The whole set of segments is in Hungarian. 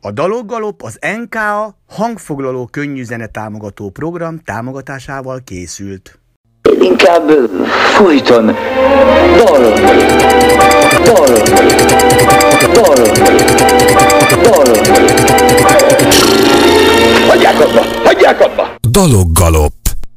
A Daloggalop az NKA hangfoglaló könnyű zene támogató program támogatásával készült. Inkább folyton dal. Hagyják abba! Daloggalop.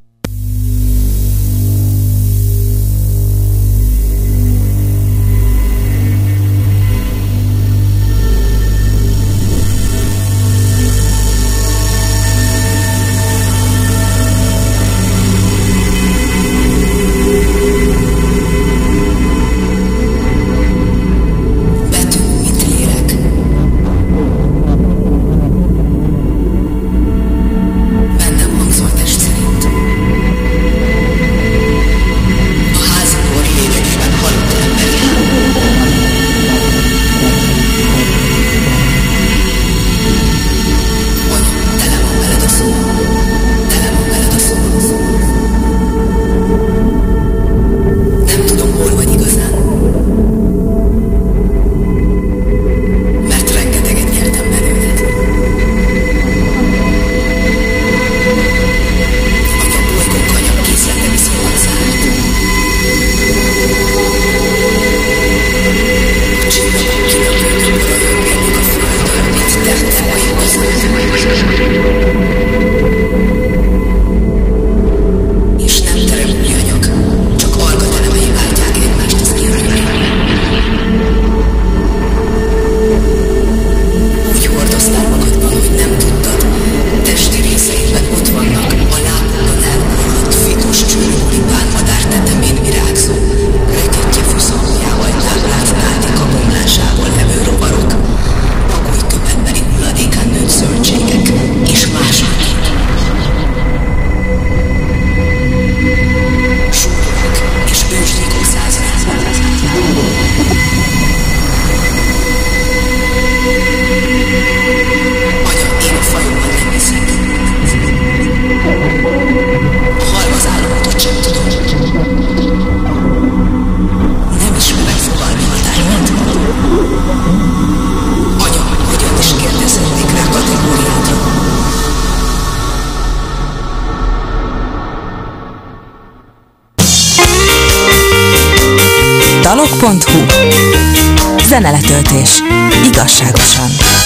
Dalog.hu. Zeneletöltés. Igazságosan.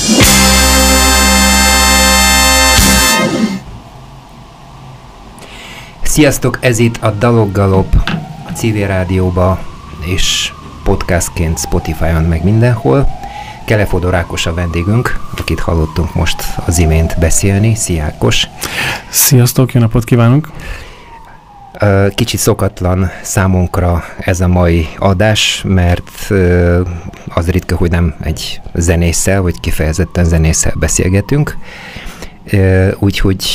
Sziasztok, ez itt a Daloggalop a civil rádióba és podcastként Spotify-on meg mindenhol. Kelefodor Ákos a vendégünk, akit hallottunk most az imént beszélni. Szia Ákos! Sziasztok, jó napot kívánunk! Kicsit szokatlan számunkra ez a mai adás, mert az ritka, hogy nem egy zenésszel, vagy kifejezetten zenésszel beszélgetünk. Úgyhogy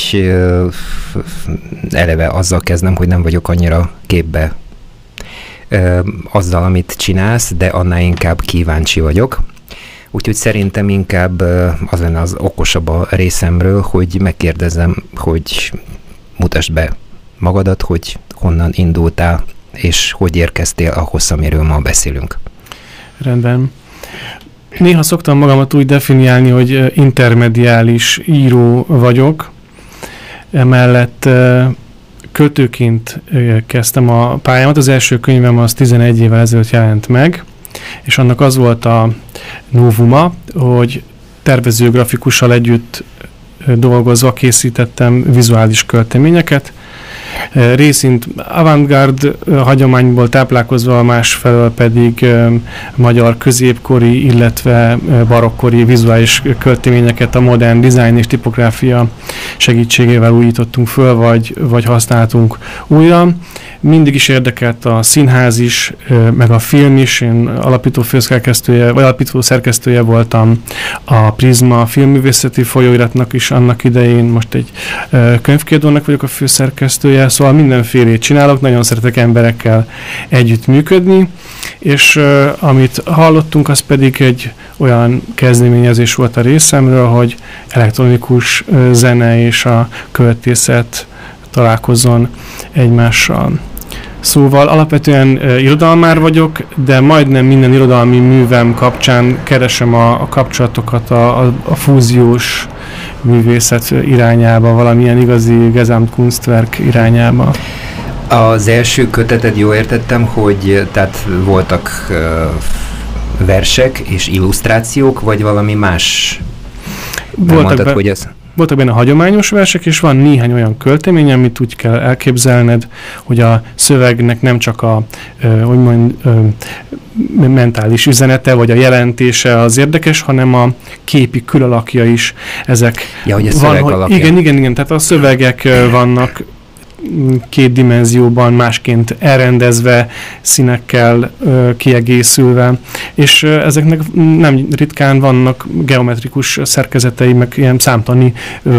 eleve azzal kezdem, hogy nem vagyok annyira képbe azzal, amit csinálsz, de annál inkább kíváncsi vagyok. Úgyhogy szerintem inkább az lenne az okosabb a részemről, hogy megkérdezem, hogy mutasd be magadat, hogy honnan indultál, és hogy érkeztél ahhoz, amiről ma beszélünk. Rendben. Néha szoktam magamat úgy definiálni, hogy intermediális író vagyok. Emellett költőként kezdtem a pályámat. Az első könyvem az 11 évvel ezelőtt jelent meg, és annak az volt a novuma, hogy tervezőgrafikussal együtt dolgozva készítettem vizuális költeményeket, részint avantgárd hagyományból táplálkozva, másfelől pedig magyar középkori, illetve barokkori vizuális költeményeket a modern design és tipográfia segítségével újítottunk föl, vagy használtunk újra. Mindig is érdekelt a színház is, meg a film is. Én alapító szerkesztője voltam a Prizma filmművészeti folyóiratnak is annak idején, most egy könyvkiadónak vagyok a főszerkesztője, szóval mindenfélét csinálok, nagyon szeretek emberekkel együttműködni, és amit hallottunk, az pedig egy olyan kezdeményezés volt a részemről, hogy elektronikus zene és a költészet találkozzon egymással. Szóval alapvetően irodalmár vagyok, de majdnem minden irodalmi művem kapcsán keresem a kapcsolatokat a fúziós művészet irányába, valamilyen igazi Gesamtkunstwerk irányába. Az első köteted, jól értettem, hogy tehát voltak versek és illusztrációk, vagy valami más? Voltak benne hagyományos versek, és van néhány olyan költemény, amit úgy kell elképzelned, hogy a szövegnek nem csak a mentális üzenete, vagy a jelentése az érdekes, hanem a képi külalakja is. Ezek hogy a szöveg alapja. Igen, tehát a szövegek vannak két dimenzióban, másként elrendezve, színekkel kiegészülve, és ezeknek nem ritkán vannak geometrikus szerkezetei, meg ilyen számtani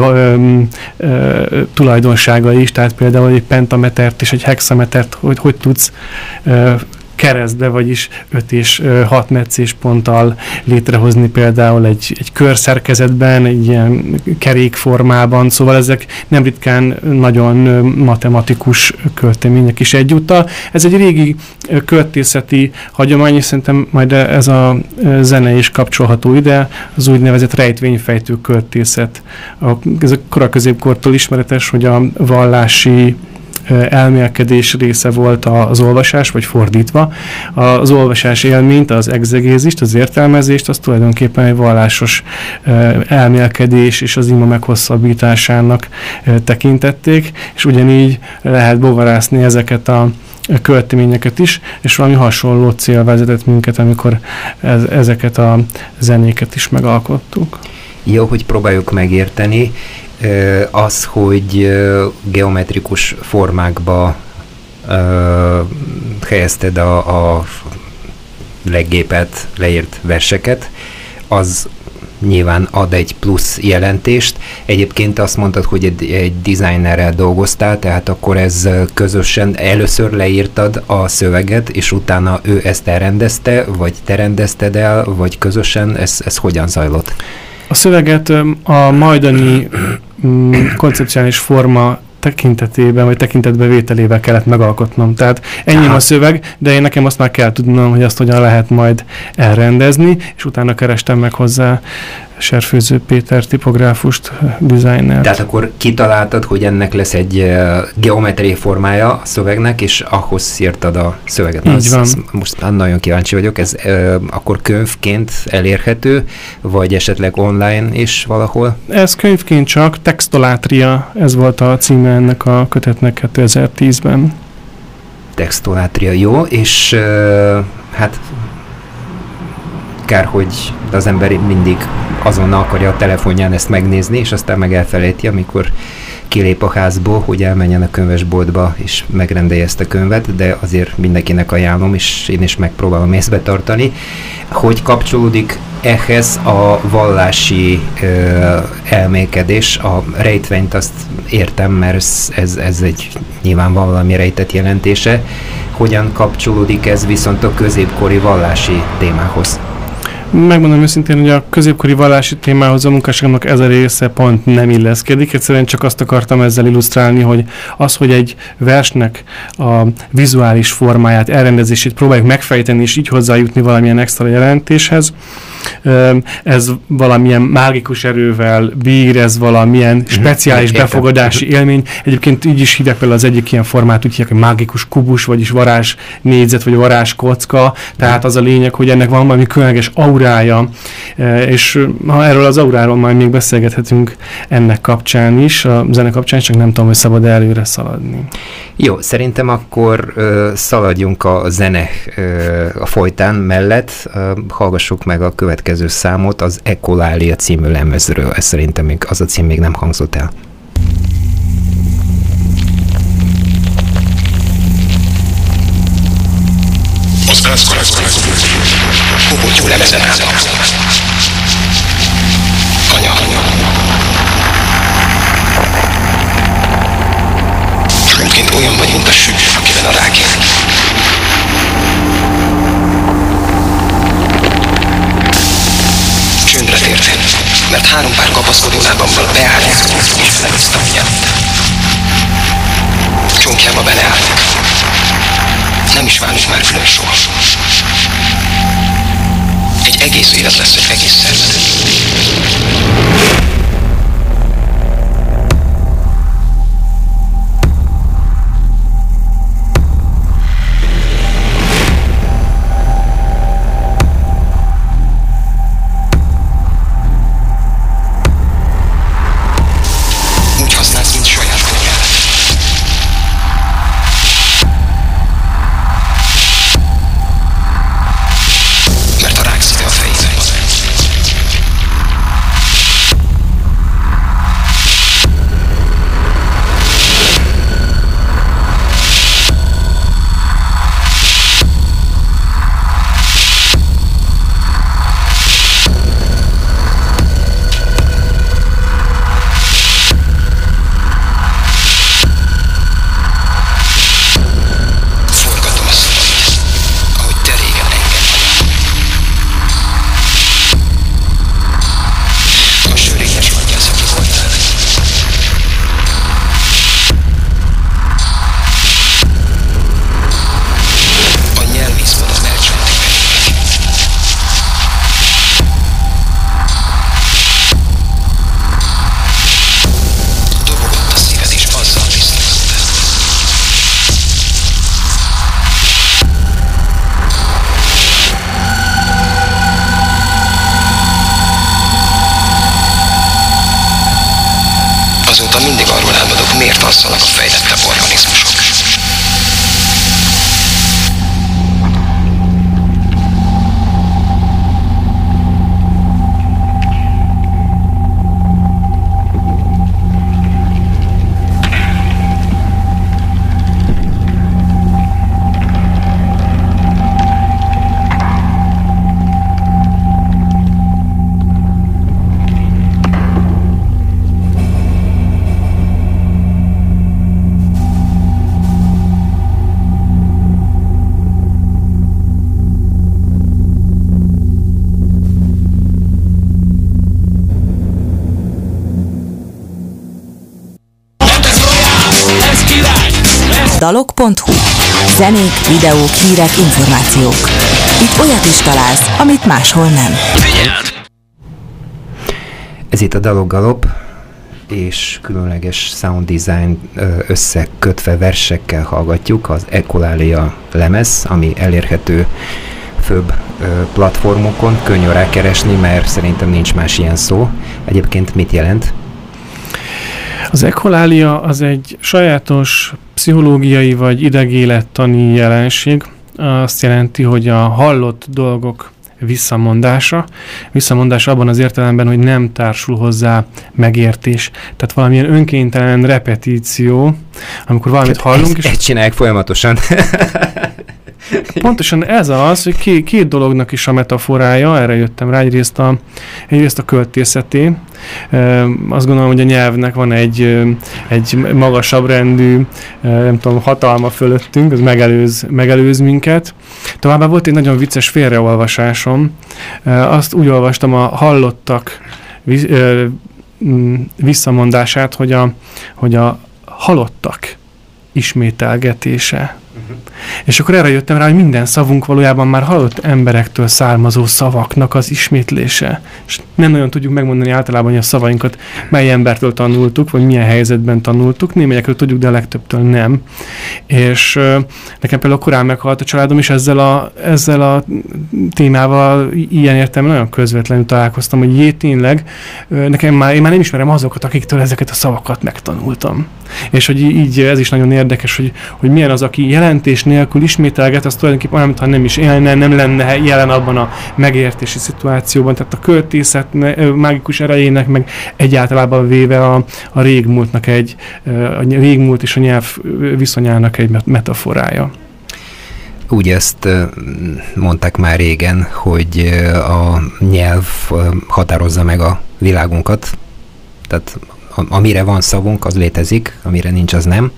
tulajdonságai is, tehát például egy pentametert és egy hexametert, hogy tudsz keresztbe, vagyis 5 és 6 metszés ponttal létrehozni például egy körszerkezetben, egy ilyen kerékformában, szóval ezek nem ritkán nagyon matematikus költemények is egyúttal. Ez egy régi költészeti hagyomány, és szerintem majd ez a zene is kapcsolható ide, az úgynevezett rejtvényfejtő költészet. Ez a koraközépkortól ismeretes, hogy a vallási elmélkedés része volt az olvasás, vagy fordítva. Az olvasás élményt, az exegézist, az értelmezést, az tulajdonképpen egy vallásos elmélkedés és az ima meghosszabbításának tekintették, és ugyanígy lehet bogarászni ezeket a költeményeket is, és valami hasonló cél vezetett minket, amikor ezeket a zenéket is megalkottuk. Jó, hogy próbáljuk megérteni. Az, hogy geometrikus formákba helyezted a leggépelt leírt verseket, az nyilván ad egy plusz jelentést. Egyébként azt mondtad, hogy egy designerrel dolgoztál, tehát akkor ez közösen először leírtad a szöveget, és utána ő ezt elrendezte, vagy te rendezted el, vagy közösen, ez hogyan zajlott? A szöveget a majdani koncepciális forma tekintetében, vagy tekintetbevételével kellett megalkotnom. Tehát ennyi a szöveg, de nekem azt már kell tudnom, hogy azt hogyan lehet majd elrendezni, és utána kerestem meg hozzá Serfőző Péter tipográfust, designert. Tehát akkor kitaláltad, hogy ennek lesz egy geometriai formája a szövegnek, és ahhoz írtad a szöveget. Így van. Most nagyon kíváncsi vagyok, ez akkor könyvként elérhető, vagy esetleg online is valahol? Ez könyvként csak, Textolátria, ez volt a címe ennek a kötetnek 2010-ben. Textolátria, jó, és hát kár, hogy az ember mindig azonnal akarja a telefonján ezt megnézni, és aztán meg elfelejti, amikor kilép a házból, hogy elmenjen a könyvesboltba, és megrendelje ezt a könyvet, de azért mindenkinek ajánlom, és én is megpróbálom észbe tartani, hogy kapcsolódik ehhez a vallási elmélkedés. A rejtvényt azt értem, mert ez egy nyilván valami rejtett jelentése. Hogyan kapcsolódik ez viszont a középkori vallási témához? Megmondom őszintén, hogy a középkori vallási témához a munkásságomnak ez a része pont nem illeszkedik. Egyszerűen csak azt akartam ezzel illusztrálni, hogy az, hogy egy versnek a vizuális formáját, elrendezését próbáljuk megfejteni, és így hozzájutni valamilyen extra jelentéshez, ez valamilyen mágikus erővel bír, ez valamilyen speciális befogadási élmény. Egyébként így is hívják például az egyik ilyen formát, úgy hívják, hogy mágikus kubus, vagyis varázs négyzet, vagy varázs kocka. Tehát az a lényeg, hogy ennek van valami különleges aurája, és ha erről az auráról majd még beszélgethetünk ennek kapcsán is, a zene kapcsán, csak nem tudom, hogy szabad előre szaladni. Jó, szerintem akkor szaladjunk a zene a folytán mellett, hallgassuk meg a következő számot, az Ekolalia című lemezről. Ez szerintem még az a cím még nem hangzott el. Jó lemezen állnak. Anya. Főként olyan vagy, mint a süt, akiben a rák él. Csöndre tértél, mert 3 pár kapaszkodó lábammal beállják, és felhúztam miatt. Csonkjába beleálltak. Nem is válunk már külön soha. Egy egész élet lesz egy egész szervezet. Azóta mindig arról álmodok, miért alszanak a fejlettebb organizmusok. Dalok.hu. Zenék, videók, hírek, információk. Itt olyat is találsz, amit máshol nem. Ez itt a Dalok Galop, és különleges sound design összekötve versekkel hallgatjuk az Echolalia lemez, ami elérhető főbb platformokon, könnyű rákeresni, mert szerintem nincs más ilyen szó. Egyébként mit jelent? Az echolalia az egy sajátos pszichológiai vagy idegélettani jelenség. Azt jelenti, hogy a hallott dolgok visszamondása abban az értelemben, hogy nem társul hozzá megértés. Tehát valamilyen önkéntelen repetíció, amikor valamit hallunk. Ezt csinálják folyamatosan. Pontosan ez az, hogy két dolognak is a metaforája, erre jöttem rá, egyrészt a költészeté. Azt gondolom, hogy a nyelvnek van egy magasabb rendű, nem tudom, hatalma fölöttünk, az megelőz minket. Továbbá volt egy nagyon vicces félreolvasásom. Azt úgy olvastam a hallottak visszamondását, hogy a halottak ismételgetése. És akkor erre jöttem rá, hogy minden szavunk valójában már halott emberektől származó szavaknak az ismétlése. És nem nagyon tudjuk megmondani általában, hogy a szavainkat mely embertől tanultuk, vagy milyen helyzetben tanultuk. Némelyekről tudjuk, de a legtöbbtől nem. És nekem például korán meghalt a családom, és ezzel a témával ilyen értelemben nagyon közvetlenül találkoztam, hogy tényleg, én már nem ismerem azokat, akiktől ezeket a szavakat megtanultam. És hogy így ez is nagyon érdekes, hogy milyen az, aki jelentés nélkül ismételget, az tulajdonképpen olyan, mintha nem is élne, nem lenne jelen abban a megértési szituációban. Tehát a költészet mágikus erejének, meg egyáltalában véve a régmúltnak a régmúlt és a nyelv viszonyának egy metaforája. Úgy ezt mondták már régen, hogy a nyelv határozza meg a világunkat. Tehát amire van szavunk, az létezik, amire nincs, az nem.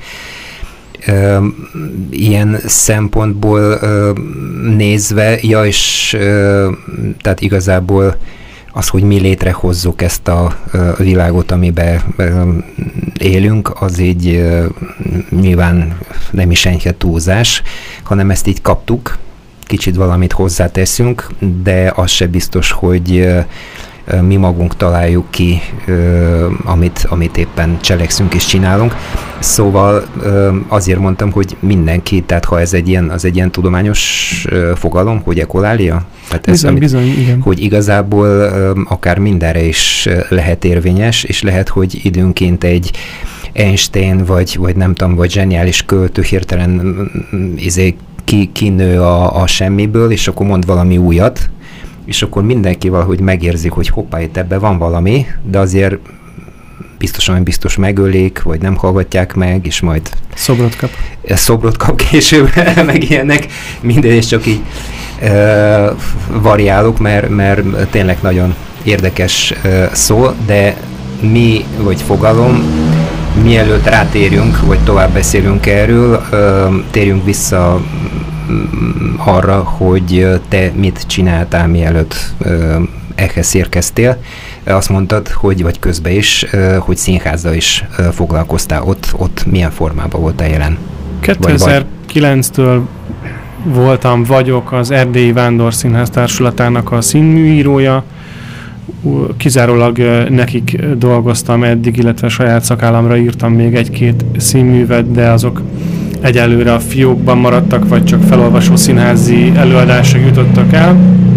Ilyen szempontból nézve, és tehát igazából az, hogy mi létrehozzuk ezt a világot, amiben élünk, az így nyilván nem is enyhe túlzás, hanem ezt így kaptuk, kicsit valamit hozzáteszünk, de az se biztos, hogy mi magunk találjuk ki, amit éppen cselekszünk és csinálunk. Szóval azért mondtam, hogy mindenki, tehát ha ez egy ilyen tudományos fogalom, hogy ekolália? Hát bizony, igen. Hogy igazából akár mindenre is lehet érvényes, és lehet, hogy időnként egy Einstein, vagy nem tudom, vagy zseniális költő hirtelen kinő a semmiből, és akkor mond valami újat, és akkor mindenki valahogy megérzik, hogy hoppá, itt ebben van valami, de azért biztos megölik, vagy nem hallgatják meg, és majd szobrot kap később, meg ilyenek, minden, és csak így variálok, mert tényleg nagyon érdekes szó, de mi, vagy fogalom, mielőtt rátérjünk, vagy tovább beszélünk erről, térjünk vissza arra, hogy te mit csináltál, mielőtt ehhez érkeztél. Azt mondtad, vagy közben is, hogy színházzal is foglalkoztál. Ott milyen formában voltál jelen? 2009-től vagyok az Erdélyi Vándorszínház Társulatának a színműírója. Kizárólag nekik dolgoztam eddig, illetve saját szakállamra írtam még egy-két színművet, de azok egyelőre a fiókban maradtak, vagy csak felolvasó színházi előadások jutottak el.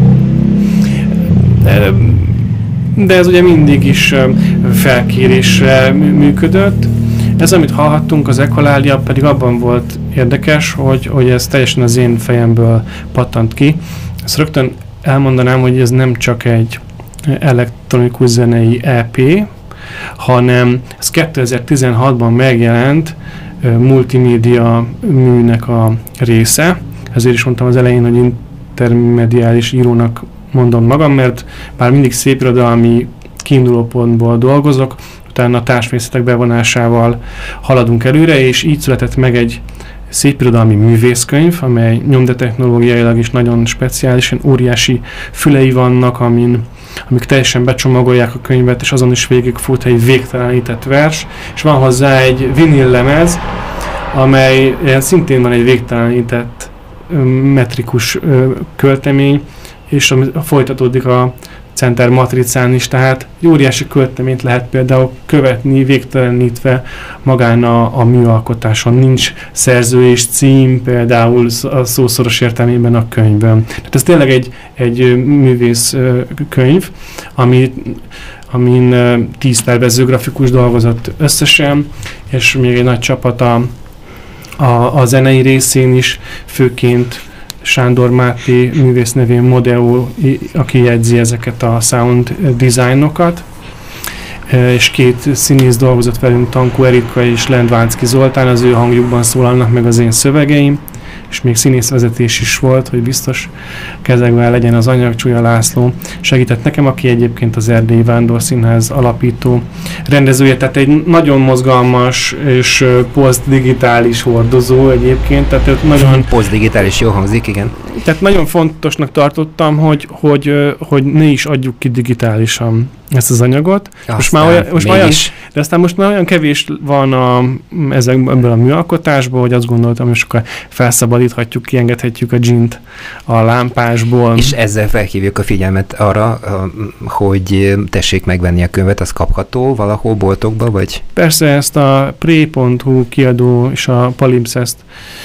De ez ugye mindig is felkérésre működött. Ez, amit hallhattunk, az ekolália pedig abban volt érdekes, hogy ez teljesen az én fejemből pattant ki. Ezt rögtön elmondanám, hogy ez nem csak egy elektronikus zenei EP, hanem ez 2016-ban megjelent multimédia műnek a része. Ezért is mondtam az elején, hogy intermediális írónak mondom magam, mert bár mindig szépirodalmi kiindulópontból dolgozok, utána a társművészetek bevonásával haladunk előre, és így született meg egy szépirodalmi művészkönyv, amely nyomdatechnológiailag is nagyon speciálisan óriási fülei vannak, amik teljesen becsomagolják a könyvet, és azon is végigfut egy végtelenített vers, és van hozzá egy vinil lemez, amely szintén van egy végtelenített metrikus költemény, és folytatódik a Center matricán is, tehát egy óriási költeményt lehet például követni végtelenítve magán a műalkotáson. Nincs szerző és cím például a szószoros értelmében a könyvben. Tehát ez tényleg egy művész könyv, amin 10 tervező grafikus dolgozott összesen, és még egy nagy csapat a zenei részén is, főként Sándor Máté művész nevén Modeo, aki jegyzi ezeket a sound designokat, és 2 színész dolgozott velünk, Tankó Erika és Lendvánszky Zoltán, az ő hangjukban szólalnak meg az én szövegeim, és még színészvezetés is volt, hogy biztos kezekben legyen az anyag. Csúlya László segített nekem, aki egyébként az Erdélyi Vándorszínház alapító rendezője, tehát egy nagyon mozgalmas és posztdigitális hordozó egyébként, tehát őt nagyon... Posztdigitális, jó hangzik, igen. Tehát nagyon fontosnak tartottam, hogy ne is adjuk ki digitálisan ezt az anyagot. De aztán most már olyan kevés van ebből a műalkotásból, hogy azt gondoltam, hogy sokkal felszabadíthatjuk, kiengedhetjük a dzsint a lámpásból. És ezzel felhívjuk a figyelmet arra, hogy tessék megvenni a könyvet, az kapható valahol boltokba, vagy? Persze, ezt a Pré.hu kiadó és a Palimpsest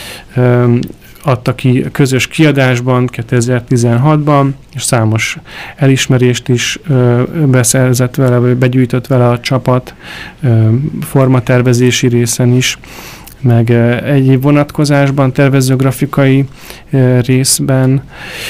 adta ki közös kiadásban 2016-ban, és számos elismerést is beszerzett vele, vagy begyűjtött vele a csapat, formatervezési részen is, meg egyéb vonatkozásban, tervezőgrafikai részben.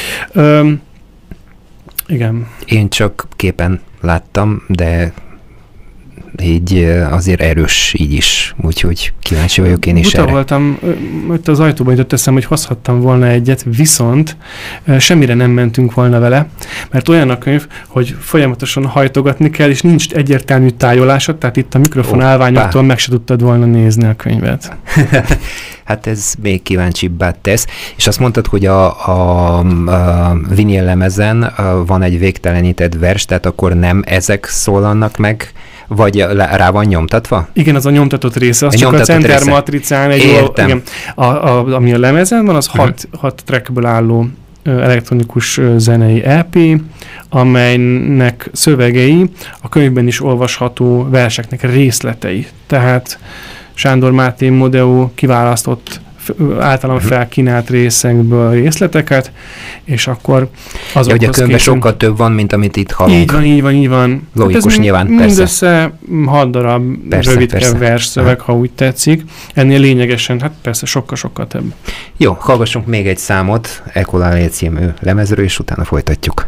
Igen. Én csak képen láttam, de így azért erős így is, úgyhogy kíváncsi vagyok én is erre. Voltam, itt az ajtóban jutott eszem, hogy hozhattam volna egyet, viszont semmire nem mentünk volna vele, mert olyan a könyv, hogy folyamatosan hajtogatni kell, és nincs egyértelmű tájolása, tehát itt a mikrofon állványoktól meg se tudtad volna nézni a könyvet. hát ez még kíváncsibbá tesz. És azt mondtad, hogy a vinyl lemezen van egy végtelenített vers, tehát akkor nem ezek szólalnak meg, vagy rá van nyomtatva? Igen, az a nyomtatott része, az csak a center matricán igen, ami a lemezen van, az 6 trackből álló elektronikus zenei EP, amelynek szövegei a könyvben is olvasható verseknek részletei. Tehát Sándor Máté Modeo kiválasztott általán felkínált részekből részleteket, és akkor azokhoz ugye a könyvben sokkal több van, mint amit itt hallunk. Így van. Logikus, hát nyilván, persze. Mindössze 6 darab rövidke versszöveg, ha úgy tetszik. Ennél lényegesen, hát persze sokkal több. Jó, hallgassunk még egy számot Echolalia című lemezről, és utána folytatjuk.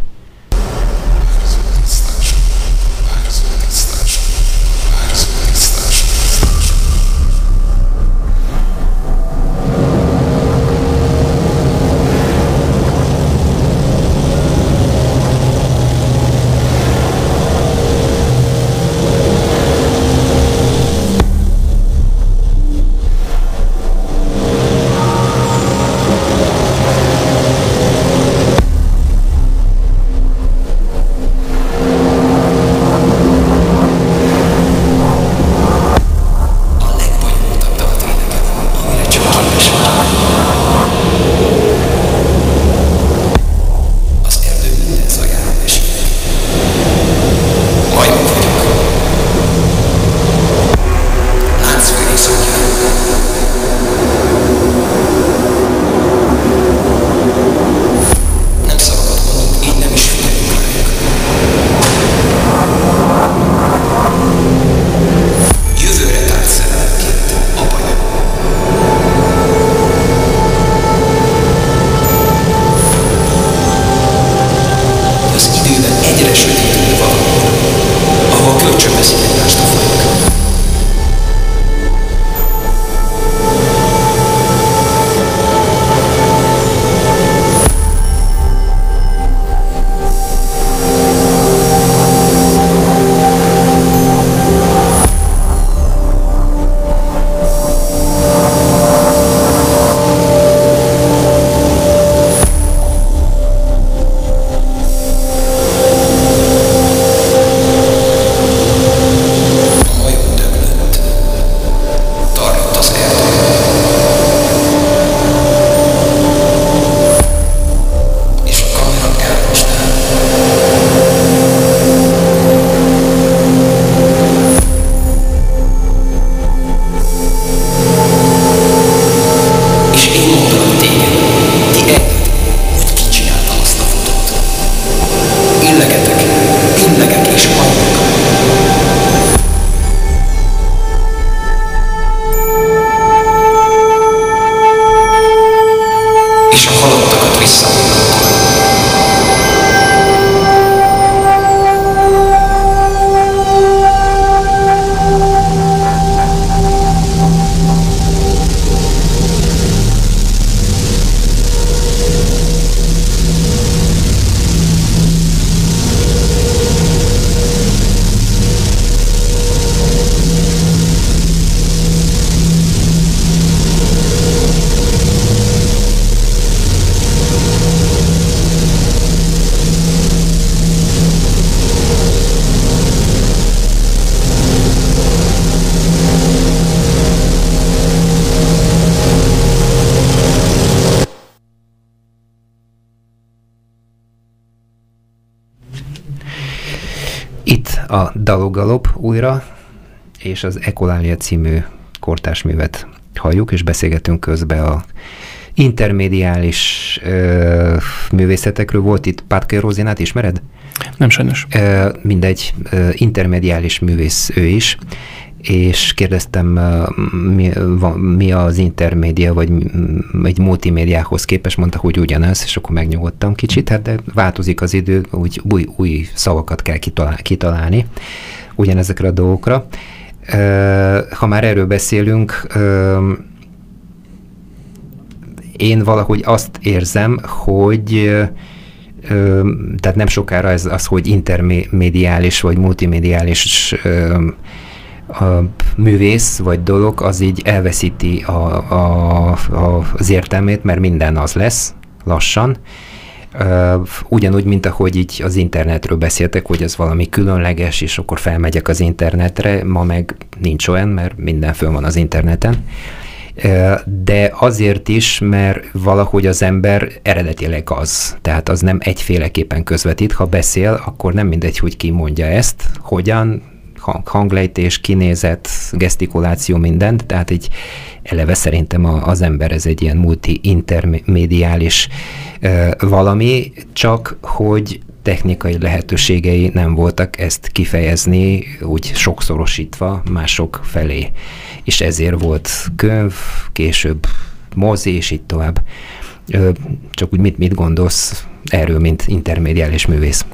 Itt a Dalogalop újra, és az Echolalia című kortársművet halljuk, és beszélgetünk közben a intermediális művészetekről. Volt itt Pátkai Rózinát, ismered? Nem sajnos. Mindegy, intermediális művész ő is, és kérdeztem, mi az intermédia, vagy egy multimédiához képest, mondta, hogy ugyanaz, és akkor megnyugodtam kicsit, hát de változik az idő, úgy új szavakat kell kitalálni ugyanezekre a dolgokra. Ha már erről beszélünk, én valahogy azt érzem, hogy tehát nem sokára ez az, hogy intermediális vagy multimédiális művész vagy dolog, az így elveszíti az értelmét, mert minden az lesz lassan. Ugyanúgy, mint ahogy így az internetről beszéltek, hogy ez valami különleges, és akkor felmegyek az internetre, ma meg nincs olyan, mert minden föl van az interneten. De azért is, mert valahogy az ember eredetileg az. Tehát az nem egyféleképpen közvetít. Ha beszél, akkor nem mindegy, hogy ki mondja ezt, hogyan, hanglejtés, kinézet, gesztikuláció, mindent. Tehát így eleve szerintem az ember ez egy ilyen multi-intermediális valami, csak hogy technikai lehetőségei nem voltak ezt kifejezni, úgy sokszorosítva mások felé. És ezért volt könyv, később mozi, és így tovább. Csak úgy mit gondolsz erről, mint intermediális művész?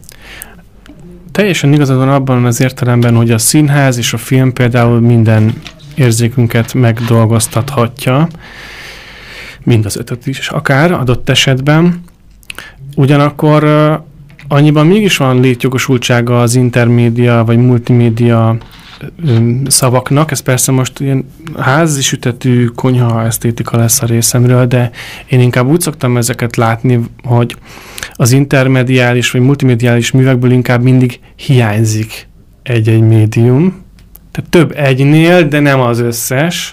Teljesen igazad van abban az értelemben, hogy a színház és a film például minden érzékünket megdolgoztathatja, mind az ötöt is, akár adott esetben. Ugyanakkor annyiban mégis van létjogosultsága az intermédia vagy multimédia szavaknak. Ez persze most ilyen házi sütetű konyha esztétika lesz a részemről, de én inkább úgy szoktam ezeket látni, hogy az intermediális vagy multimédiális művekből inkább mindig hiányzik egy-egy médium. Tehát több egynél, de nem az összes.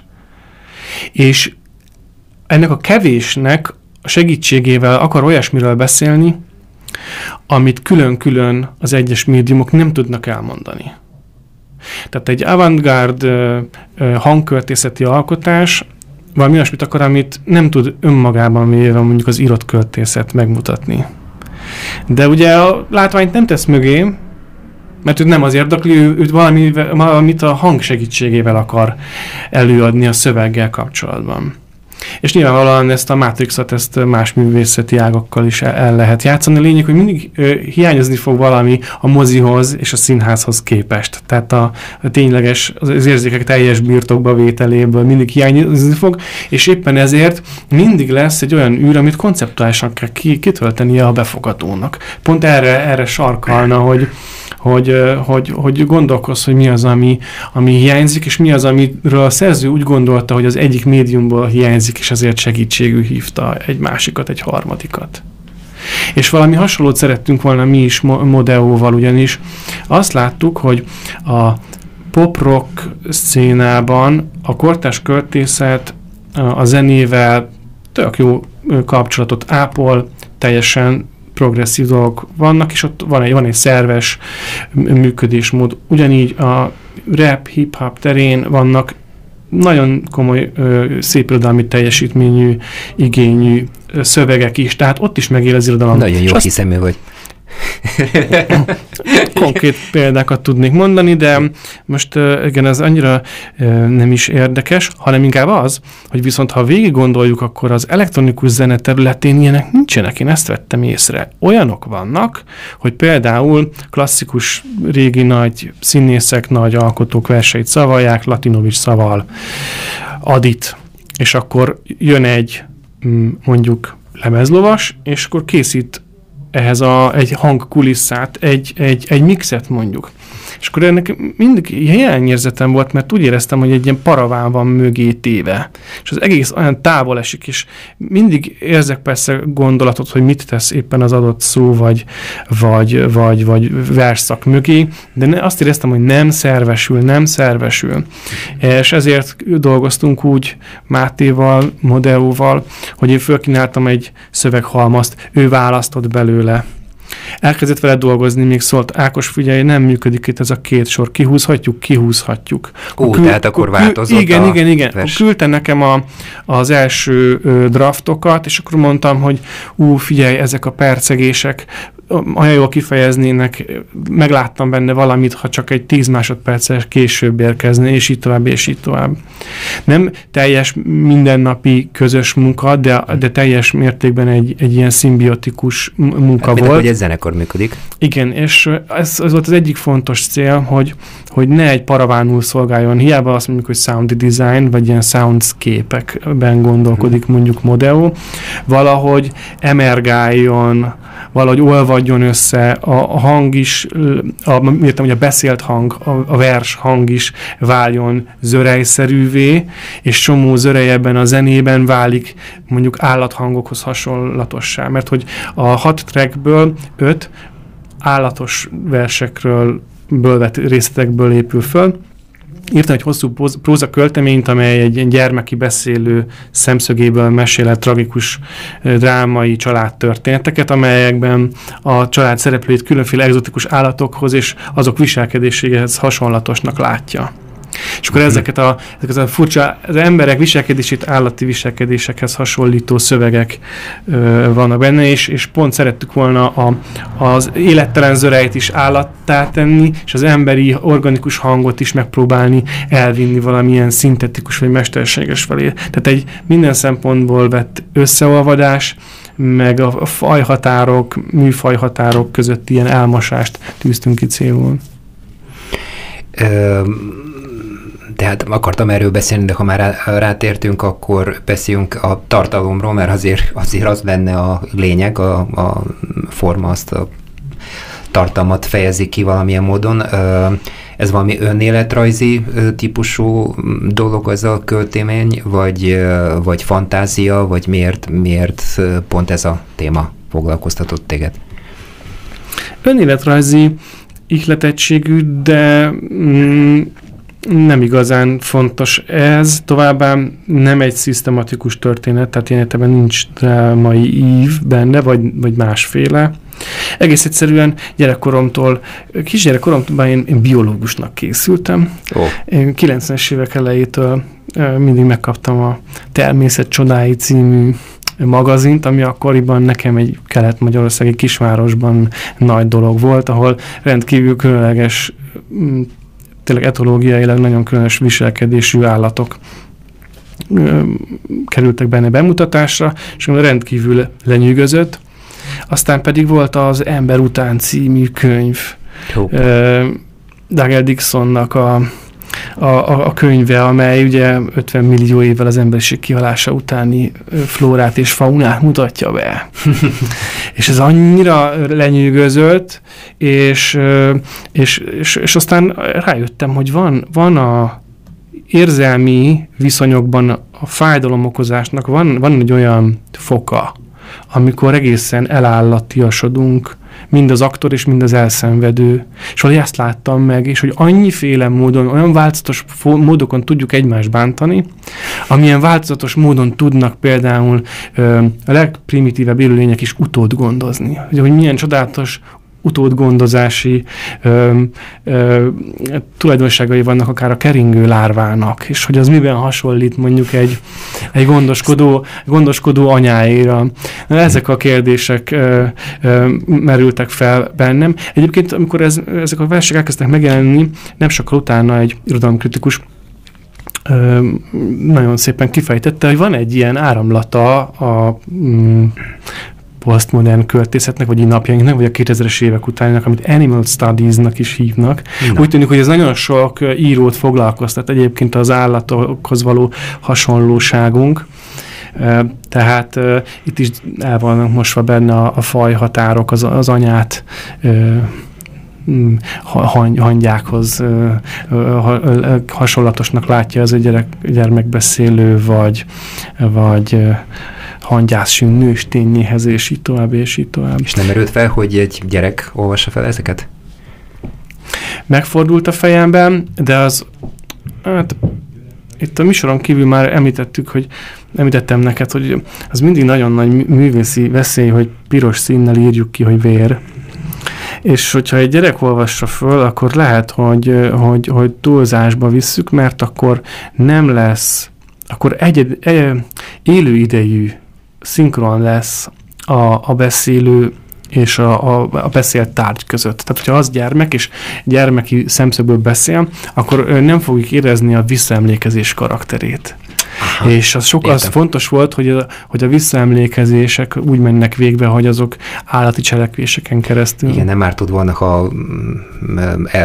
És ennek a kevésnek a segítségével akar olyasmiről beszélni, amit külön-külön az egyes médiumok nem tudnak elmondani. Tehát egy avantgárd hangköltészeti alkotás valami olyasmit akar, amit nem tud önmagában véve mondjuk az írott költészet megmutatni. De ugye a látványt nem tesz mögé, mert őt nem az érdekli, őt valamit a hang segítségével akar előadni a szöveggel kapcsolatban. És nyilvánvalóan ezt a Matrixot, ezt más művészeti ágakkal is el lehet játszani. A lényeg, hogy mindig hiányozni fog valami a mozihoz és a színházhoz képest. Tehát a tényleges, az érzékek teljes birtokba vételéből mindig hiányozni fog, és éppen ezért mindig lesz egy olyan űr, amit konceptuálisan kell kitöltenie a befogadónak. Pont erre sarkalna, hogy gondolkozz, hogy mi az, ami hiányzik, és mi az, amiről a szerző úgy gondolta, hogy az egyik médiumból hiányzik, és ezért segítségül hívta egy másikat, egy harmadikat. És valami hasonlót szerettünk volna mi is Modeóval, ugyanis azt láttuk, hogy a pop-rock szcénában a kortárs költészet a zenével tök jó kapcsolatot ápol, teljesen progresszív dolgok vannak, és ott van egy szerves működésmód. Ugyanígy a rap, hip-hop terén vannak nagyon komoly, szép irodalmi teljesítményű, igényű szövegek is, tehát ott is megél az irodalom. Nagyon jó hiszemű vagy. Konkrét példákat tudnék mondani, de most igen, ez annyira nem is érdekes, hanem inkább az, hogy viszont ha végig gondoljuk, akkor az elektronikus zene területén ilyenek nincsenek, én ezt vettem észre. Olyanok vannak, hogy például klasszikus régi nagy színészek, nagy alkotók verseit szavalják, Latinovics szaval Adit, és akkor jön egy mondjuk lemezlovas, és akkor készít ehhez egy hangkulisszát, egy mixet mondjuk. És akkor ennek mindig hiányérzetem volt, mert úgy éreztem, hogy egy ilyen paraván van mögé téve. És az egész olyan távol esik, és mindig érzek persze gondolatot, hogy mit tesz éppen az adott szó, vagy versszak mögé, de azt éreztem, hogy nem szervesül. És ezért dolgoztunk úgy Mátéval, Modeóval, hogy én fölkínáltam egy szöveghalmazt, ő választott belőle. Elkezdett vele dolgozni, még szólt, Ákos, figyelj, nem működik itt ez a két sor, kihúzhatjuk. Tehát akkor változott Igen. Küldte nekem az első draftokat, és akkor mondtam, hogy figyelj, ezek a percegések olyan jól kifejeznének, megláttam benne valamit, ha csak egy 10 másodperccel később érkezne, és így tovább. Nem teljes mindennapi közös munka, de teljes mértékben egy ilyen szimbiotikus munka volt. Hogy egy zenekar működik. Igen, és ez volt az egyik fontos cél, hogy ne egy paravánul szolgáljon. Hiába azt mondjuk, hogy sound design, vagy ilyen soundscape-ekben gondolkodik mondjuk Modeó, valahogy emergáljon, valahogy olvasjon olvadjon össze, a hang is, hogy a beszélt hang, a vers hang is váljon zörejszerűvé, és csomó zörej ebben a zenében válik mondjuk állathangokhoz hasonlatossá. Mert hogy a 6 trackből 5 állatos versekről vett részletekből épül föl. Írtam egy hosszú próza költeményt, amely egy gyermeki beszélő szemszögéből mesél el tragikus drámai családtörténeteket, amelyekben a család szereplőit különféle egzotikus állatokhoz és azok viselkedéséhez hasonlatosnak látja. És akkor ezeket a furcsa, az emberek viselkedését állati viselkedésekhez hasonlító szövegek vannak benne, és pont szerettük volna az élettelen zörejt is állattá tenni, és az emberi organikus hangot is megpróbálni elvinni valamilyen szintetikus vagy mesterséges felé. Tehát egy minden szempontból vett összeolvadás, meg a fajhatárok, műfajhatárok között ilyen elmosást tűztünk ki célul. Tehát akartam erről beszélni, de ha már rátértünk, akkor beszéljünk a tartalomról, mert azért az lenne a lényeg, a forma azt a tartalmat fejezi ki valamilyen módon. Ez valami önéletrajzi típusú dolog az a költémény, vagy fantázia, vagy miért pont ez a téma foglalkoztatott téged? Önéletrajzi ihletettségű, de nem igazán fontos ez, továbbá nem egy szisztematikus történet, tehát ilyen értelemben nincs drámai ív benne, vagy másféle. Egész egyszerűen kisgyerekkoromtól én biológusnak készültem. Én 90-es évek elejétől mindig megkaptam a Természet csodái című magazint, ami akkoriban nekem egy kelet-magyarországi kisvárosban nagy dolog volt, ahol rendkívül különleges, tényleg etológiailag nagyon különös viselkedésű állatok kerültek benne bemutatásra, és rendkívül lenyűgözött. Aztán pedig volt az Ember után című könyv. Douglas Dixonnak a könyve, amely ugye 50 millió évvel az emberiség kihalása utáni flórát és faunát mutatja be. És ez annyira lenyűgözött, és aztán rájöttem, hogy van a érzelmi viszonyokban a fájdalomokozásnak van egy olyan foka, amikor egészen elállatiasodunk, mind az aktor és mind az elszenvedő. És valahogy ezt láttam meg, és hogy annyiféle módon, olyan változatos módokon tudjuk egymást bántani, amilyen változatos módon tudnak például a legprimitívebb élőlények is utód gondozni. Hogy milyen csodálatos utódgondozási tulajdonságai vannak akár a keringő lárvának, és hogy az miben hasonlít mondjuk egy gondoskodó anyáira. Ezek a kérdések merültek fel bennem. Egyébként, amikor ezek a versek elkezdtek megjelenni, nem sokkal utána egy irodalomkritikus nagyon szépen kifejtette, hogy van egy ilyen áramlata a posztmodern költészetnek, vagy így napjainknak, vagy a 2000-es évek utáninak, amit Animal Studies-nak is hívnak. Na. Úgy tűnik, hogy ez nagyon sok írót foglalkoztat egyébként az állatokhoz való hasonlóságunk. Tehát itt is el vannak mosva benne a fajhatárok, az anyát hangyákhoz hasonlatosnak látja az egy gyermekbeszélő, vagy hangyászsünk nőstényéhez, és így tovább, és így tovább. És nem merült fel, hogy egy gyerek olvassa fel ezeket? Megfordult a fejemben, de itt a műsoron kívül már említettem neked, hogy az mindig nagyon nagy művészi veszély, hogy piros színnel írjuk ki, hogy vér. És hogyha egy gyerek olvassa föl, akkor lehet, hogy túlzásba visszük, mert akkor nem lesz, akkor élő idejű szinkron lesz a beszélő és a beszélt tárgy között. Tehát, hogyha az gyermek, és gyermeki szemszögből beszél, akkor nem fogjuk érezni a visszaemlékezés karakterét. Aha, és az fontos volt, hogy a visszaemlékezések úgy mennek végbe, hogy azok állati cselekvéseken keresztül. Igen, nem ártott volna, ha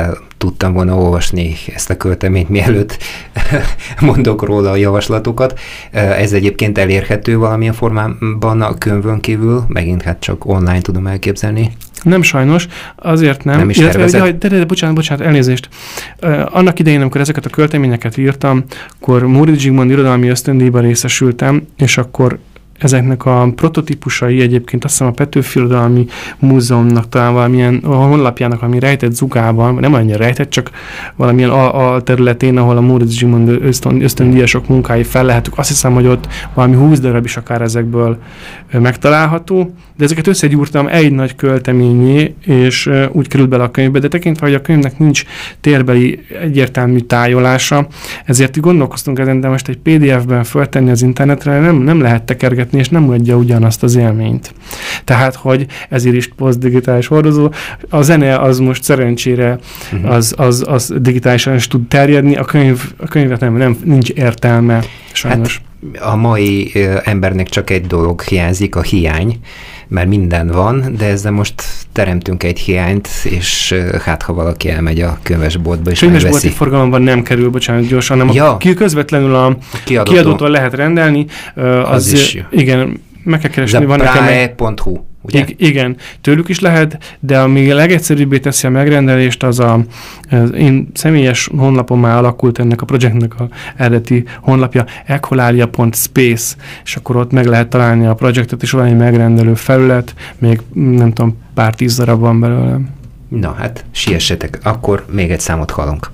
tudtam volna olvasni ezt a költeményt, mielőtt mondok róla a javaslatokat. Ez egyébként elérhető valamilyen formában a könyvön kívül, megint hát csak online tudom elképzelni. Nem sajnos, azért nem. Nem is tervezett? De bocsánat, elnézést. Annak idején, amikor ezeket a költeményeket írtam, akkor Móricz Zsigmond irodalmi ösztöndíjban részesültem, és akkor ezeknek a prototípusai egyébként azt hiszem a Petőfi Irodalmi Múzeumnak talán valamilyen a honlapjának, ami rejtett zugában, nem annyira rejtett, csak valamilyen a területén, ahol a Móricz Zsigmond ösztöndíjasok munkái fellehetők. Azt hiszem, hogy ott valami 20 darab is akár ezekből megtalálható, de ezeket összegyúrtam egy nagy költeményé, és úgy került bele a könyvbe, de tekintve, hogy a könyvnek nincs térbeli egyértelmű tájolása, ezért gondolkoztunk ezen, de most egy PDF-ben föltenni az internetre nem lehet tekergetni, és nem adja ugyanazt az élményt. Tehát, hogy ezért is posztdigitális hordozó. A zene az most szerencsére az digitálisan is tud terjedni, a könyvet nem nincs értelme, sajnos. Hát a mai embernek csak egy dolog hiányzik, a hiány, mert minden van, de ezzel most teremtünk egy hiányt, és hát ha valaki elmegy a könyvesboltba és megveszi. Könyvesbolti forgalomban nem kerül, bocsánat, gyorsan, hanem közvetlenül a kiadótól lehet rendelni. Az is jó. Igen, meg kell keresni. Van prae.hu, ugye? Igen, tőlük is lehet, de ami a legegyszerűbbé teszi a megrendelést, az az én személyes honlapommal alakult ennek a projektnek a eredeti honlapja, echolalia.space, és akkor ott meg lehet találni a projektet, és van egy megrendelő felület, még nem tudom, pár 10 darab van belőle. Na hát, siessetek, akkor még egy számot hallunk.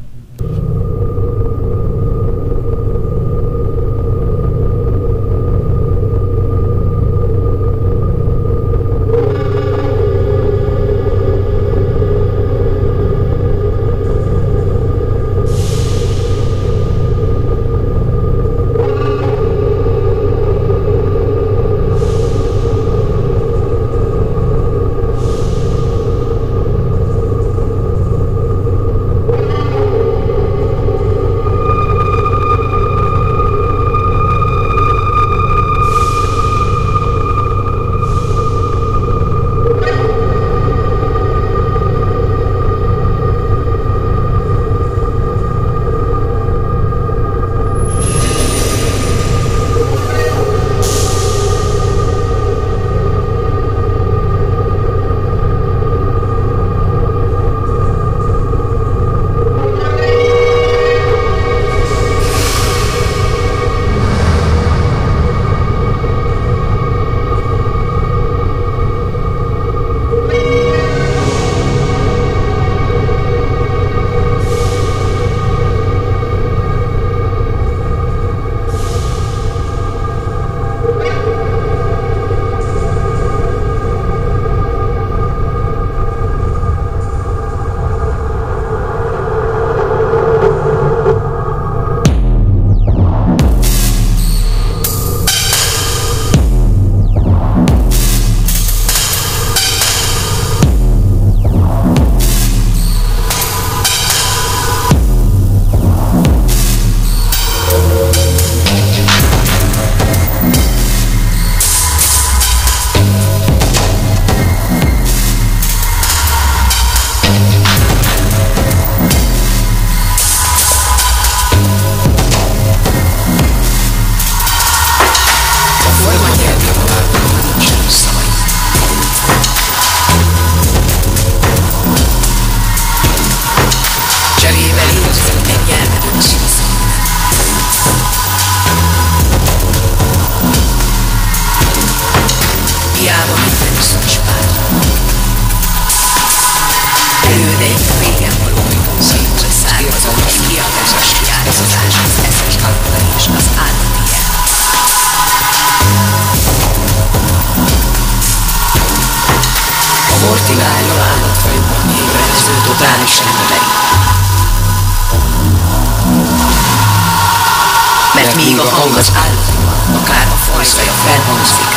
Mert míg a hang az állatban, akár a fajszaja felhangzik,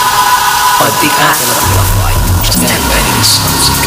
addig átalakul a faj, és az ember visszhangzik.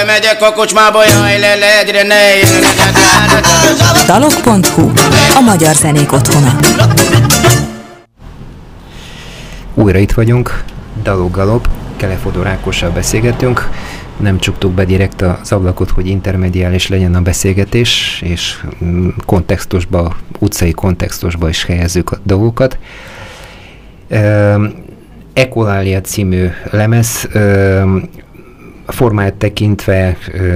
bemegyek a kocsmába, jaj, egyre ne. Dalok.hu, a magyar zenék otthona. Újra itt vagyunk, Dalok Galop, Kelefodor Ákossal beszélgetünk. Nem csuktuk be direkt az ablakot, hogy intermediális legyen a beszélgetés, és kontextusba, utcai kontextusba is helyezzük a dolgokat. Ekolalia című lemez, formáját tekintve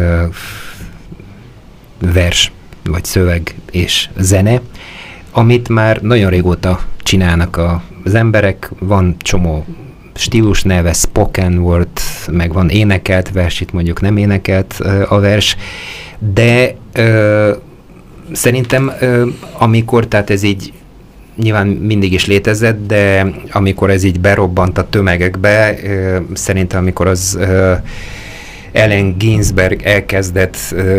vers, vagy szöveg és zene, amit már nagyon régóta csinálnak az emberek, van csomó stílus neve, spoken word, meg van énekelt vers, itt mondjuk nem énekelt a vers, de szerintem amikor, tehát ez így nyilván mindig is létezett, de amikor ez így berobbant a tömegekbe, szerintem amikor az Allen Ginsberg elkezdett,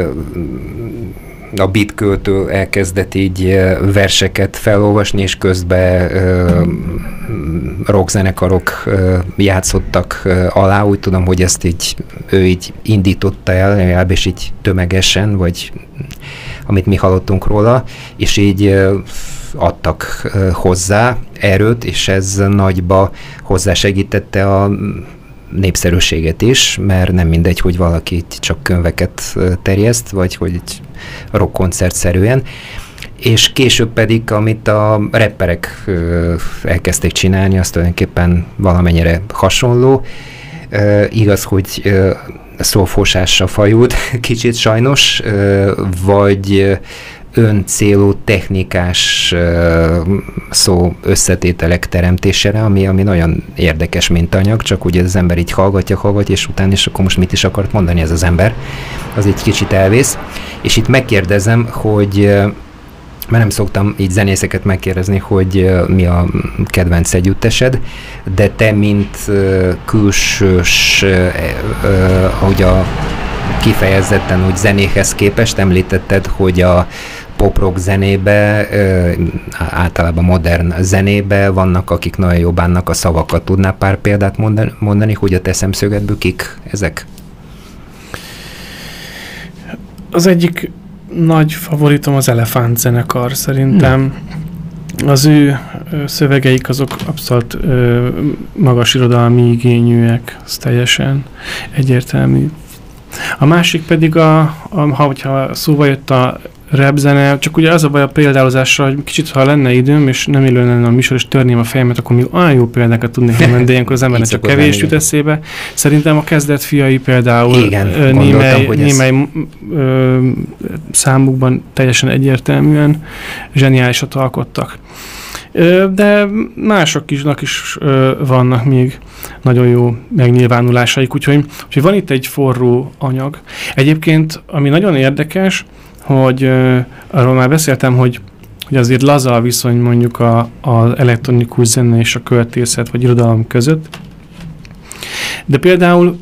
a beat költő elkezdett így verseket felolvasni, és közben rockzenekarok játszottak alá. Úgy tudom, hogy ezt így, ő így indította el, legalábbis így tömegesen, vagy amit mi hallottunk róla, és így adtak hozzá erőt, és ez nagyba hozzásegítette a népszerűséget is, mert nem mindegy, hogy valaki csak könyveket terjeszt, vagy hogy rockkoncertszerűen. És később pedig, amit a rapperek elkezdték csinálni, az tulajdonképpen valamennyire hasonló. Igaz, hogy szófosásra fajult kicsit sajnos, vagy öncélú technikás szó összetételek teremtésére, ami nagyon érdekes mintanyag, csak ugye az ember így hallgatja, és utána is akkor most mit is akart mondani ez az ember. Az egy kicsit elvész. És itt megkérdezem, hogy mert nem szoktam így zenészeket megkérdezni, hogy mi a kedvenc együttesed, de te, mint külsős, ahogy a kifejezetten úgy zenéhez képest említetted, hogy a pop-rock zenébe, általában modern zenébe vannak, akik nagyon jobb bánnak a szavakat. Tudnál pár példát mondani, hogy a te szemszögedből kik ezek? Az egyik nagy favoritom az Elefánt zenekar, szerintem. Az ő szövegeik azok abszolút magas irodalmi igényűek, ez teljesen egyértelmű. A másik pedig, hogyha szóba jött a rap zene, csak ugye az a baj a példálozásra, hogy kicsit, ha lenne időm, és nem élő lenne a műsor, és törném a fejemet, akkor még olyan jó példákat tudnék mondani, de ilyenkor az embernek csak kevés jut eszébe. Szerintem a Kezdet fiai például némely számukban teljesen egyértelműen zseniálisat alkottak. De másoknak is vannak még nagyon jó megnyilvánulásaik, úgyhogy van itt egy forró anyag. Egyébként, ami nagyon érdekes, hogy arról már beszéltem, hogy azért laza a viszony mondjuk az elektronikus zene és a költészet vagy irodalom között. De például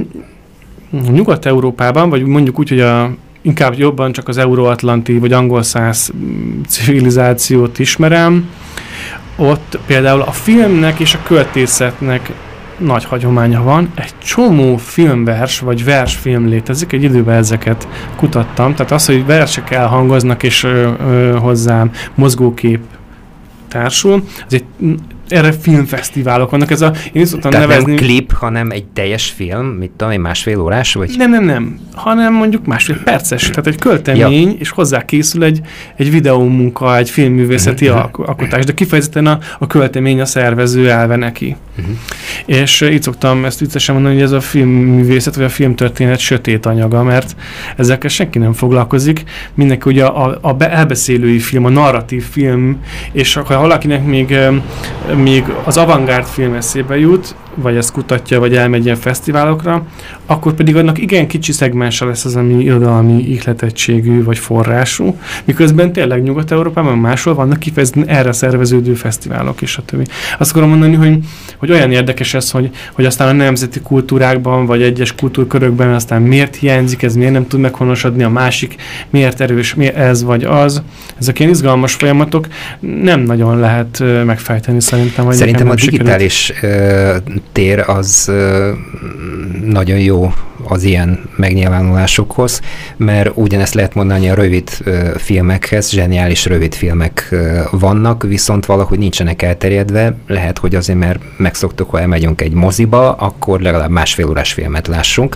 Nyugat-Európában, vagy mondjuk úgy, hogy inkább jobban csak az euróatlanti vagy angolszász civilizációt ismerem, ott például a filmnek és a költészetnek nagy hagyománya van. Egy csomó filmvers vagy versfilm létezik, egy időben ezeket kutattam, tehát az, hogy versek elhangoznak és hozzám mozgókép társul, az egy erre filmfesztiválok vannak. Én is szoktam nevezni... nem klip, hanem egy teljes film, mit tudom, egy másfél órás? Vagy? Nem, hanem mondjuk másfél perces, tehát egy költemény, és hozzá készül egy videómunka, egy filmművészeti alkotás, de kifejezetten a költemény a szervező elve neki. És így szoktam ezt viccesen mondani, hogy ez a filmművészet, vagy a filmtörténet sötét anyaga, mert ezekkel senki nem foglalkozik. Mindenki ugye a elbeszélői film, a narratív film, és ha valakinek még az avantgárd film eszébe jut, vagy ezt kutatja, vagy elmegy ilyen fesztiválokra, akkor pedig annak igen kicsi szegmense lesz az, ami irodalmi ihletettségű, vagy forrású, miközben tényleg Nyugat-Európában máshol vannak kifejezetten erre szerveződő fesztiválok, és a többi. Azt akarom mondani, hogy olyan érdekes ez, hogy aztán a nemzeti kultúrákban, vagy egyes kultúrkörökben aztán miért hiányzik, ez miért nem tud meghonosodni, a másik miért erős, miért ez vagy az. Ezek ilyen izgalmas folyamatok, nem nagyon lehet megfejteni szerintem. Szerintem a digitális tér az nagyon jó az ilyen megnyilvánulásokhoz, mert ugyanezt lehet mondani a rövid filmekhez, zseniális rövid filmek vannak, viszont valahogy nincsenek elterjedve, lehet, hogy azért, mert megszoktuk, ha elmegyünk egy moziba, akkor legalább másfél órás filmet lássunk.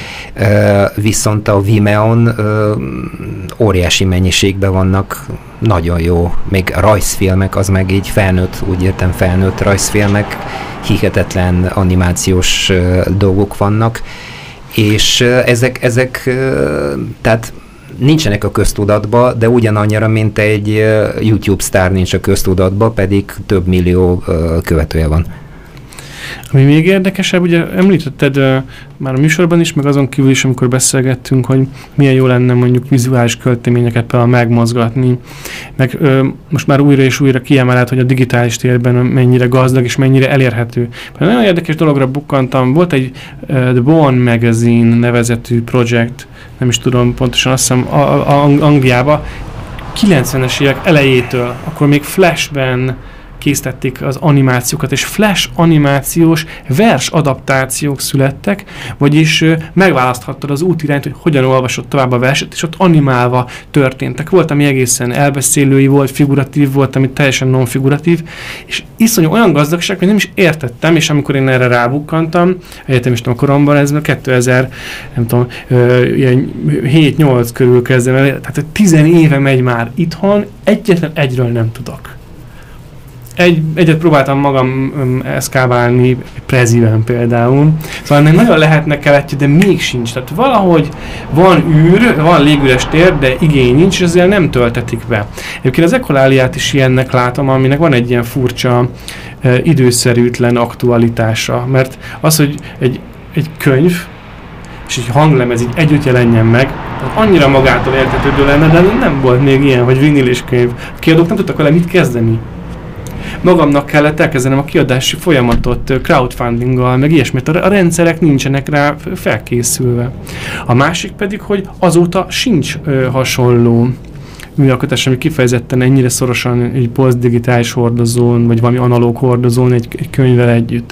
Viszont a Vimeon óriási mennyiségben vannak nagyon jó, még rajzfilmek, az meg így felnőtt, úgy értem felnőtt rajzfilmek, hihetetlen animációs dolgok vannak, és ezek tehát nincsenek a köztudatba, de ugyanannyira, mint egy YouTube sztár nincs a köztudatba, pedig több millió követője van. Ami még érdekesebb, ugye említetted már a műsorban is, meg azon kívül is, amikor beszélgettünk, hogy milyen jó lenne mondjuk vizuális költeményeket például megmozgatni, meg most már újra és újra kiemelhet, hogy a digitális térben mennyire gazdag és mennyire elérhető. Nagyon érdekes dologra bukkantam, volt egy The Bone Magazine nevezetű projekt, nem is tudom pontosan, azt hiszem Angliában, 90-es évek elejétől, akkor még Flashben készítették az animációkat, és Flash animációs vers adaptációk születtek, vagyis megválaszthattad az útirányt, hogy hogyan olvasod tovább a verset, és ott animálva történtek. Volt, ami egészen elbeszélői volt, figuratív volt, ami teljesen non-figuratív, és iszonyú olyan gazdagság, hogy nem is értettem, és amikor én erre rábukkantam, egyetemistem a koromban, ez 2000, nem tudom, 7-8 körül kezdem el, tehát 10 éve megy már itthon, egyetlen egyről nem tudok. Egyet próbáltam magam eszkáválni, Preziben például. Szóval ennek nagyon lehetne keletje, de még sincs. Tehát valahogy van űr, van légüres tér, de igény nincs, és ezzel nem töltetik be. Egyébként az Ecoláliát is ilyennek látom, aminek van egy ilyen furcsa, időszerűtlen aktualitása. Mert az, hogy egy könyv, és egy hanglemez így együtt jelenjen meg, annyira magától értetődő lenne, de nem volt még ilyen, hogy vinilis könyv. A kiadók nem tudtak vele mit kezdeni. Magamnak kellett elkezdenem a kiadási folyamatot crowdfundinggal, meg ilyesmit. A rendszerek nincsenek rá felkészülve. A másik pedig, hogy azóta sincs hasonló műalkotás, ami kifejezetten ennyire szorosan egy posztdigitális hordozón, vagy valami analóg hordozón egy könyvvel együtt.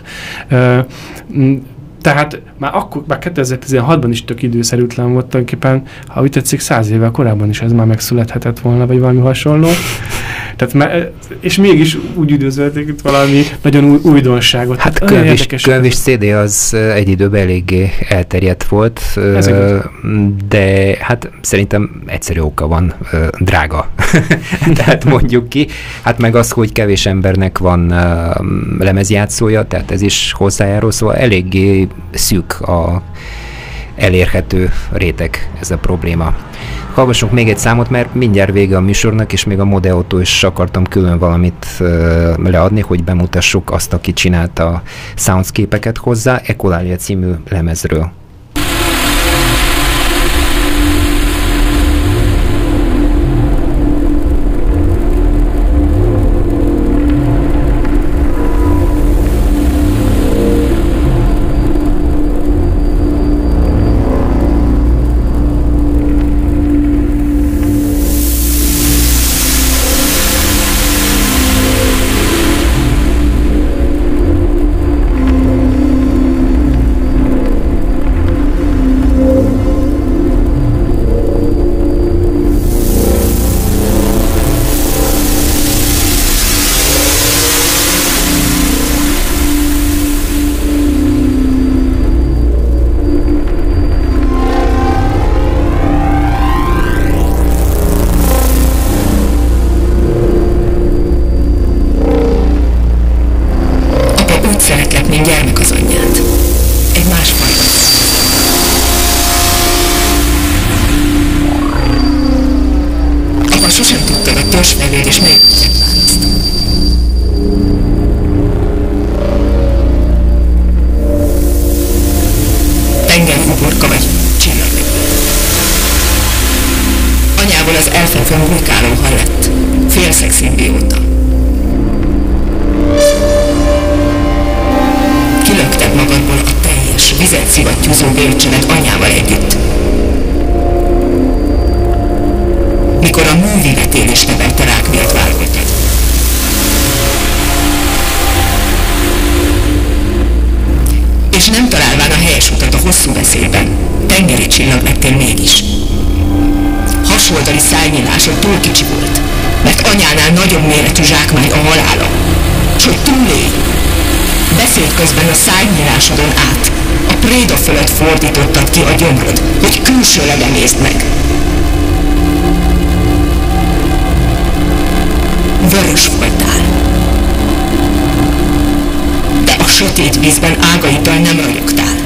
Tehát már 2016-ban is tök időszerűtlen volt tulajdonképpen, ha úgy tetszik, 100 évvel korábban is ez már megszülethetett volna, vagy valami hasonló. Tehát, és mégis úgy üdvözölték itt valami nagyon újdonságot. Hát könyv és CD az egy időben eléggé elterjedt volt, de hát szerintem egyszerű oka van, drága. Tehát mondjuk ki. Hát meg az, hogy kevés embernek van lemezjátszója, tehát ez is hozzájárul, szóval eléggé szűk a elérhető réteg ez a probléma. Hallgassunk még egy számot, mert mindjárt vége a műsornak, és még a Modeótól is akartam külön valamit leadni, hogy bemutassuk azt, aki csinálta a soundscape-eket hozzá, Ecolália című lemezről. És nem találván a helyes utat a hosszú beszédben tengeri csillag lettél mégis. Hasoldali szájnyílásod túl kicsi volt, mert anyánál nagyobb méretű zsákmány a halála. S hogy túlélj, beszéd közben a szájnyílásodon át, a préda fölött fordítottad ki a gyomrod, hogy külsőleg emészd meg. Vörös voltál. De a sötét vízben ágaiddal nem ragyogtál.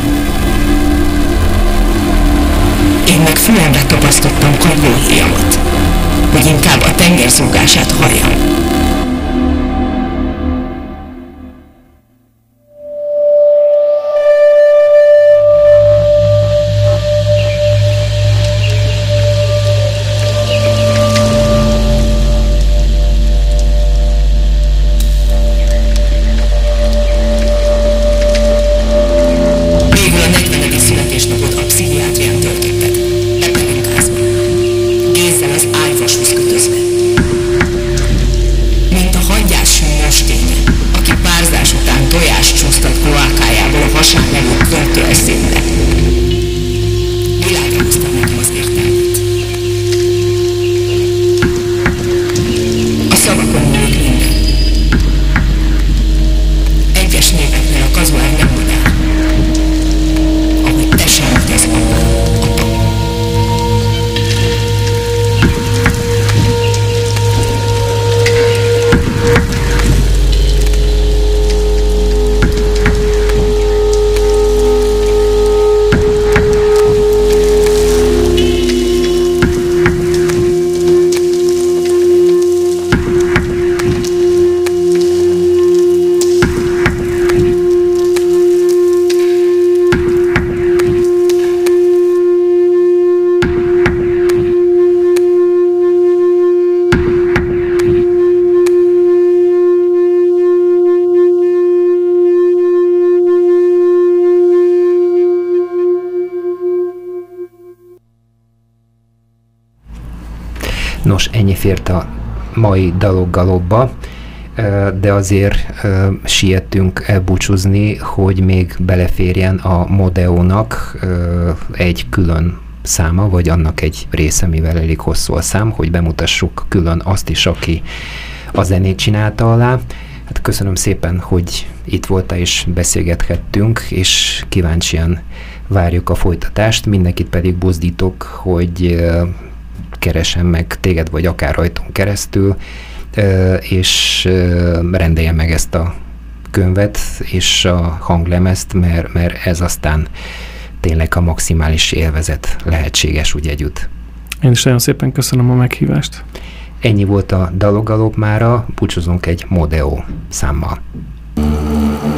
Én meg fülemre tapasztottam kagylóhéjamat, hogy inkább a tenger zúgását halljam. Nos, ennyi fért a mai daloggalobba, de azért siettünk elbúcsúzni, hogy még beleférjen a Modeónak egy külön száma, vagy annak egy része, mivel elég hosszú a szám, hogy bemutassuk külön azt is, aki a zenét csinálta alá. Hát köszönöm szépen, hogy itt voltál és beszélgethettünk, és kíváncsian várjuk a folytatást. Mindenkit pedig buzdítok, hogy keressen meg téged, vagy akár rajtunk keresztül, és rendelje meg ezt a könyvet és a hanglemezt, mert ez aztán tényleg a maximális élvezet lehetséges úgy együtt. Én is nagyon szépen köszönöm a meghívást. Ennyi volt a Daloggalop mára, búcsúzunk egy Modeó számmal.